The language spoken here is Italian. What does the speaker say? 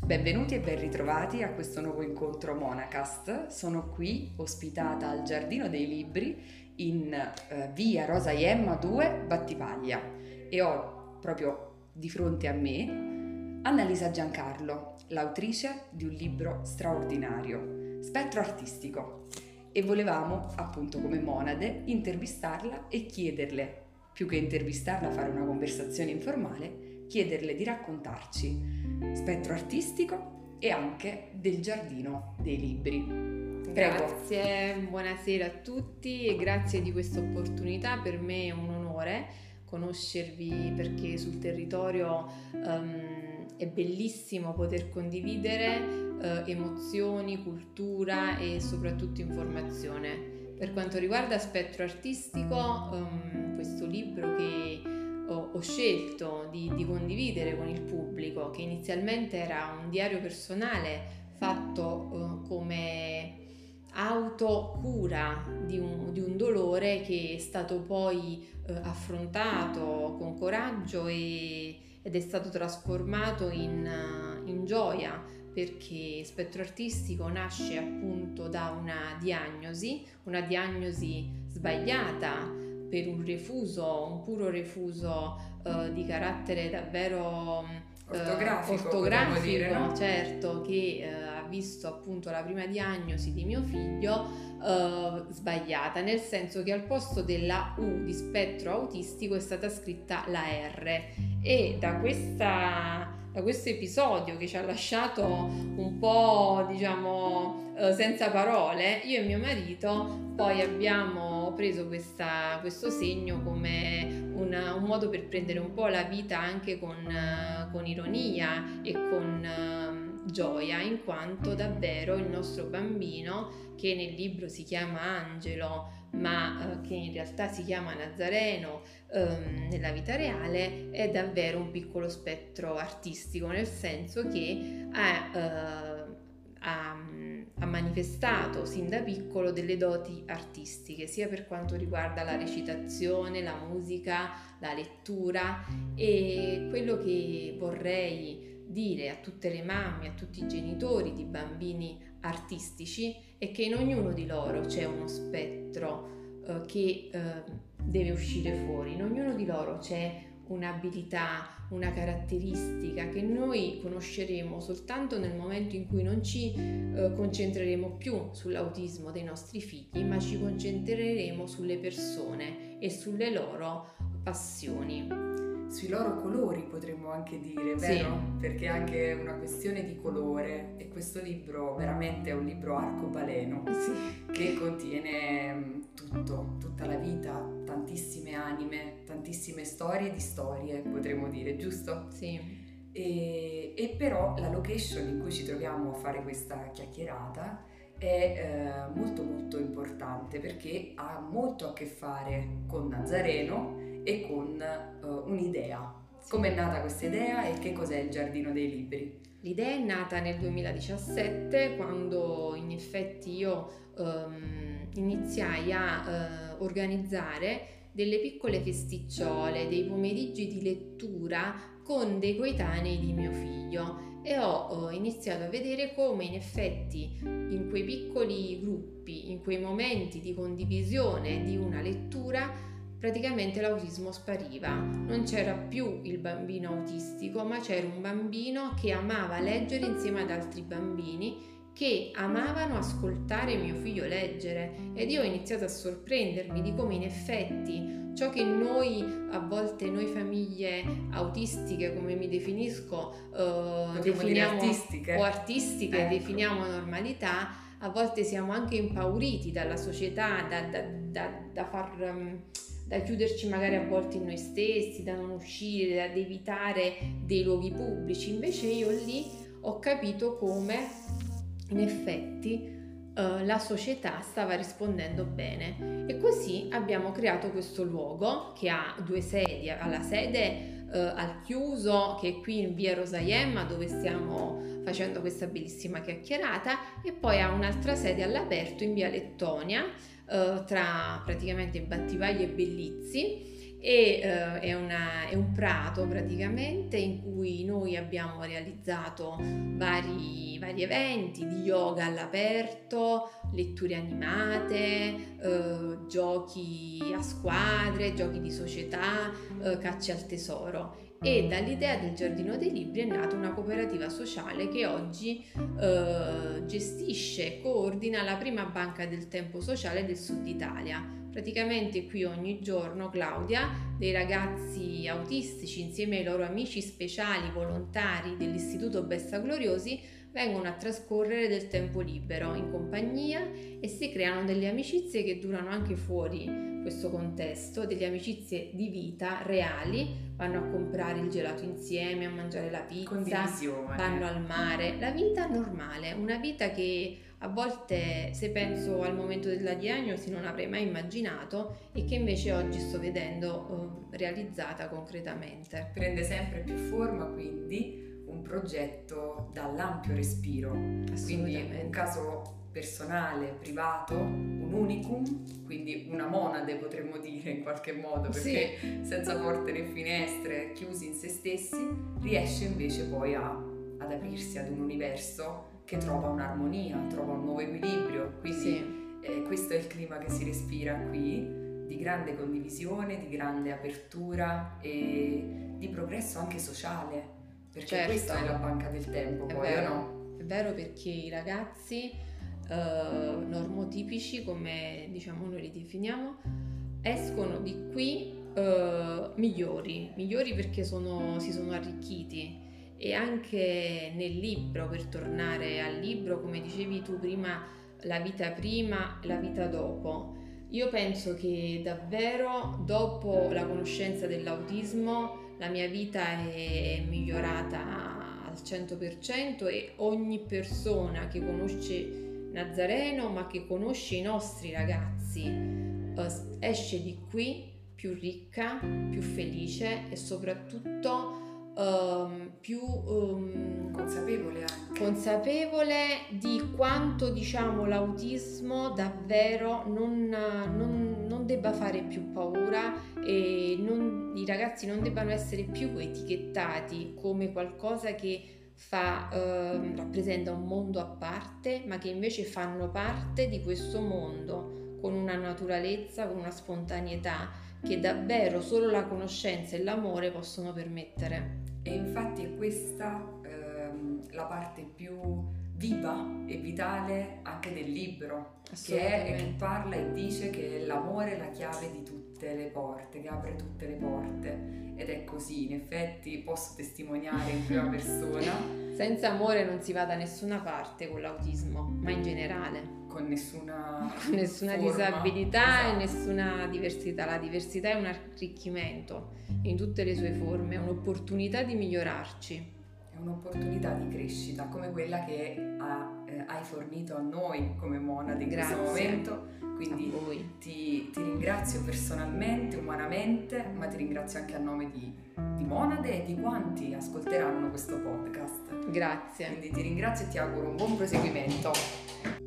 Benvenuti e ben ritrovati a questo nuovo incontro Monacast. Sono qui ospitata al Giardino dei Libri in via Rosa Iemma 2, Battipaglia, e ho proprio di fronte a me Annalisa Giancarlo, l'autrice di un libro straordinario, Spettro Artistico, e volevamo, appunto come monade, intervistarla e chiederle, più che intervistarla, fare una conversazione informale, chiederle di raccontarci Spettro Artistico e anche del Giardino dei Libri. Prego. Grazie, buonasera a tutti e grazie di questa opportunità. Per me è un onore conoscervi, perché sul territorio è bellissimo poter condividere emozioni, cultura e soprattutto informazione. Per quanto riguarda Spettro Artistico, questo libro che ho scelto di condividere con il pubblico, che inizialmente era un diario personale fatto come autocura di un dolore che è stato poi affrontato con coraggio ed è stato trasformato in gioia, perché Spettro Artistico nasce appunto da una diagnosi sbagliata per un puro refuso di carattere davvero ortografico, dire, no? Certo, che ha visto appunto la prima diagnosi di mio figlio sbagliata, nel senso che al posto della U di spettro autistico è stata scritta la R, e da questo episodio che ci ha lasciato un po', senza parole, io e mio marito poi abbiamo preso questo segno come un modo per prendere un po' la vita anche con ironia e con gioia, in quanto davvero il nostro bambino, che nel libro si chiama Angelo ma che in realtà si chiama Nazareno nella vita reale, è davvero un piccolo spettro artistico, nel senso che ha manifestato sin da piccolo delle doti artistiche, sia per quanto riguarda la recitazione, la musica, la lettura. E quello che vorrei dire a tutte le mamme, a tutti i genitori di bambini artistici, è che in ognuno di loro c'è uno spettro che deve uscire fuori, in ognuno di loro c'è un'abilità, una caratteristica che noi conosceremo soltanto nel momento in cui non ci concentreremo più sull'autismo dei nostri figli, ma ci concentreremo sulle persone e sulle loro passioni. Sui loro colori, potremmo anche dire, vero? Sì. Perché è anche una questione di colore, e questo libro veramente è un libro arcobaleno, Sì. che contiene tutta la vita, tantissime anime, tantissime storie di storie, potremmo dire, giusto? Sì. E però la location in cui ci troviamo a fare questa chiacchierata è molto molto importante, perché ha molto a che fare con Nazareno e con un'idea. Sì. Com'è nata questa idea e che cos'è il Giardino dei Libri? L'idea è nata nel 2017, quando in effetti io iniziai a organizzare delle piccole festicciole, dei pomeriggi di lettura con dei coetanei di mio figlio, e ho iniziato a vedere come in effetti in quei piccoli gruppi, in quei momenti di condivisione di una lettura, praticamente l'autismo spariva. Non c'era più il bambino autistico, ma c'era un bambino che amava leggere insieme ad altri bambini che amavano ascoltare mio figlio leggere, ed io ho iniziato a sorprendermi di come in effetti ciò che noi, a volte noi famiglie autistiche, come mi definisco, definiamo artistiche. o artistiche, Ecco. Definiamo normalità, a volte siamo anche impauriti dalla società, da chiuderci magari a volte in noi stessi, da non uscire, ad evitare dei luoghi pubblici. Invece io lì ho capito come in effetti la società stava rispondendo bene, e così abbiamo creato questo luogo che ha 2 sedi. Ha la sede al chiuso, che è qui in via Rosa Iemma, dove stiamo facendo questa bellissima chiacchierata, e poi ha un'altra sede all'aperto in via Lettonia, tra praticamente Battipaglia e Bellizzi, È un prato praticamente in cui noi abbiamo realizzato vari eventi di yoga all'aperto, letture animate, giochi a squadre, giochi di società, caccia al tesoro. E dall'idea del Giardino dei Libri è nata una cooperativa sociale che oggi gestisce e coordina la prima banca del tempo sociale del Sud Italia. Praticamente qui ogni giorno, Claudia, dei ragazzi autistici insieme ai loro amici speciali volontari dell'Istituto Bessa Gloriosi vengono a trascorrere del tempo libero in compagnia e si creano delle amicizie che durano anche fuori questo contesto, delle amicizie di vita reali, vanno a comprare il gelato insieme, a mangiare la pizza, condivisione, vanno al mare, la vita normale, una vita che a volte, se penso al momento della diagnosi, non avrei mai immaginato e che invece oggi sto vedendo realizzata concretamente. Prende sempre più forma quindi un progetto dall'ampio respiro, quindi un caso personale, privato, un unicum, quindi una monade potremmo dire in qualche modo, perché senza porte né finestre, chiusi in se stessi, riesce invece poi ad aprirsi ad un universo che trova un'armonia, trova un nuovo equilibrio, quindi questo è il clima che si respira qui, di grande condivisione, di grande apertura e di progresso anche sociale, perché questa è la banca del tempo, è poi vero, o no? È vero, perché i ragazzi normotipici, come diciamo noi li definiamo, escono di qui migliori perché si sono arricchiti. E anche nel libro, per tornare al libro, come dicevi tu prima, la vita dopo, io penso che davvero dopo la conoscenza dell'autismo la mia vita è migliorata al 100% e ogni persona che conosce Nazareno, ma che conosce i nostri ragazzi, esce di qui più ricca, più felice e soprattutto più consapevole di quanto, diciamo, l'autismo davvero non debba fare più paura e i ragazzi non debbano essere più etichettati come qualcosa che rappresenta un mondo a parte, ma che invece fanno parte di questo mondo con una naturalezza, con una spontaneità che davvero solo la conoscenza e l'amore possono permettere. E infatti è questa la parte più viva e vitale anche del libro, che parla e dice che l'amore è la chiave di tutte le porte, che apre tutte le porte, ed è così, in effetti posso testimoniare in prima persona. Senza amore non si va da nessuna parte con l'autismo, ma in generale. Con nessuna disabilità, esatto. E nessuna diversità. La diversità è un arricchimento in tutte le sue forme, è un'opportunità di migliorarci. È un'opportunità di crescita come quella che hai fornito a noi come monade in questo momento. Quindi ti ringrazio personalmente, umanamente, ma ti ringrazio anche a nome di Monade e di quanti ascolteranno questo podcast. Grazie. Quindi ti ringrazio e ti auguro un buon proseguimento.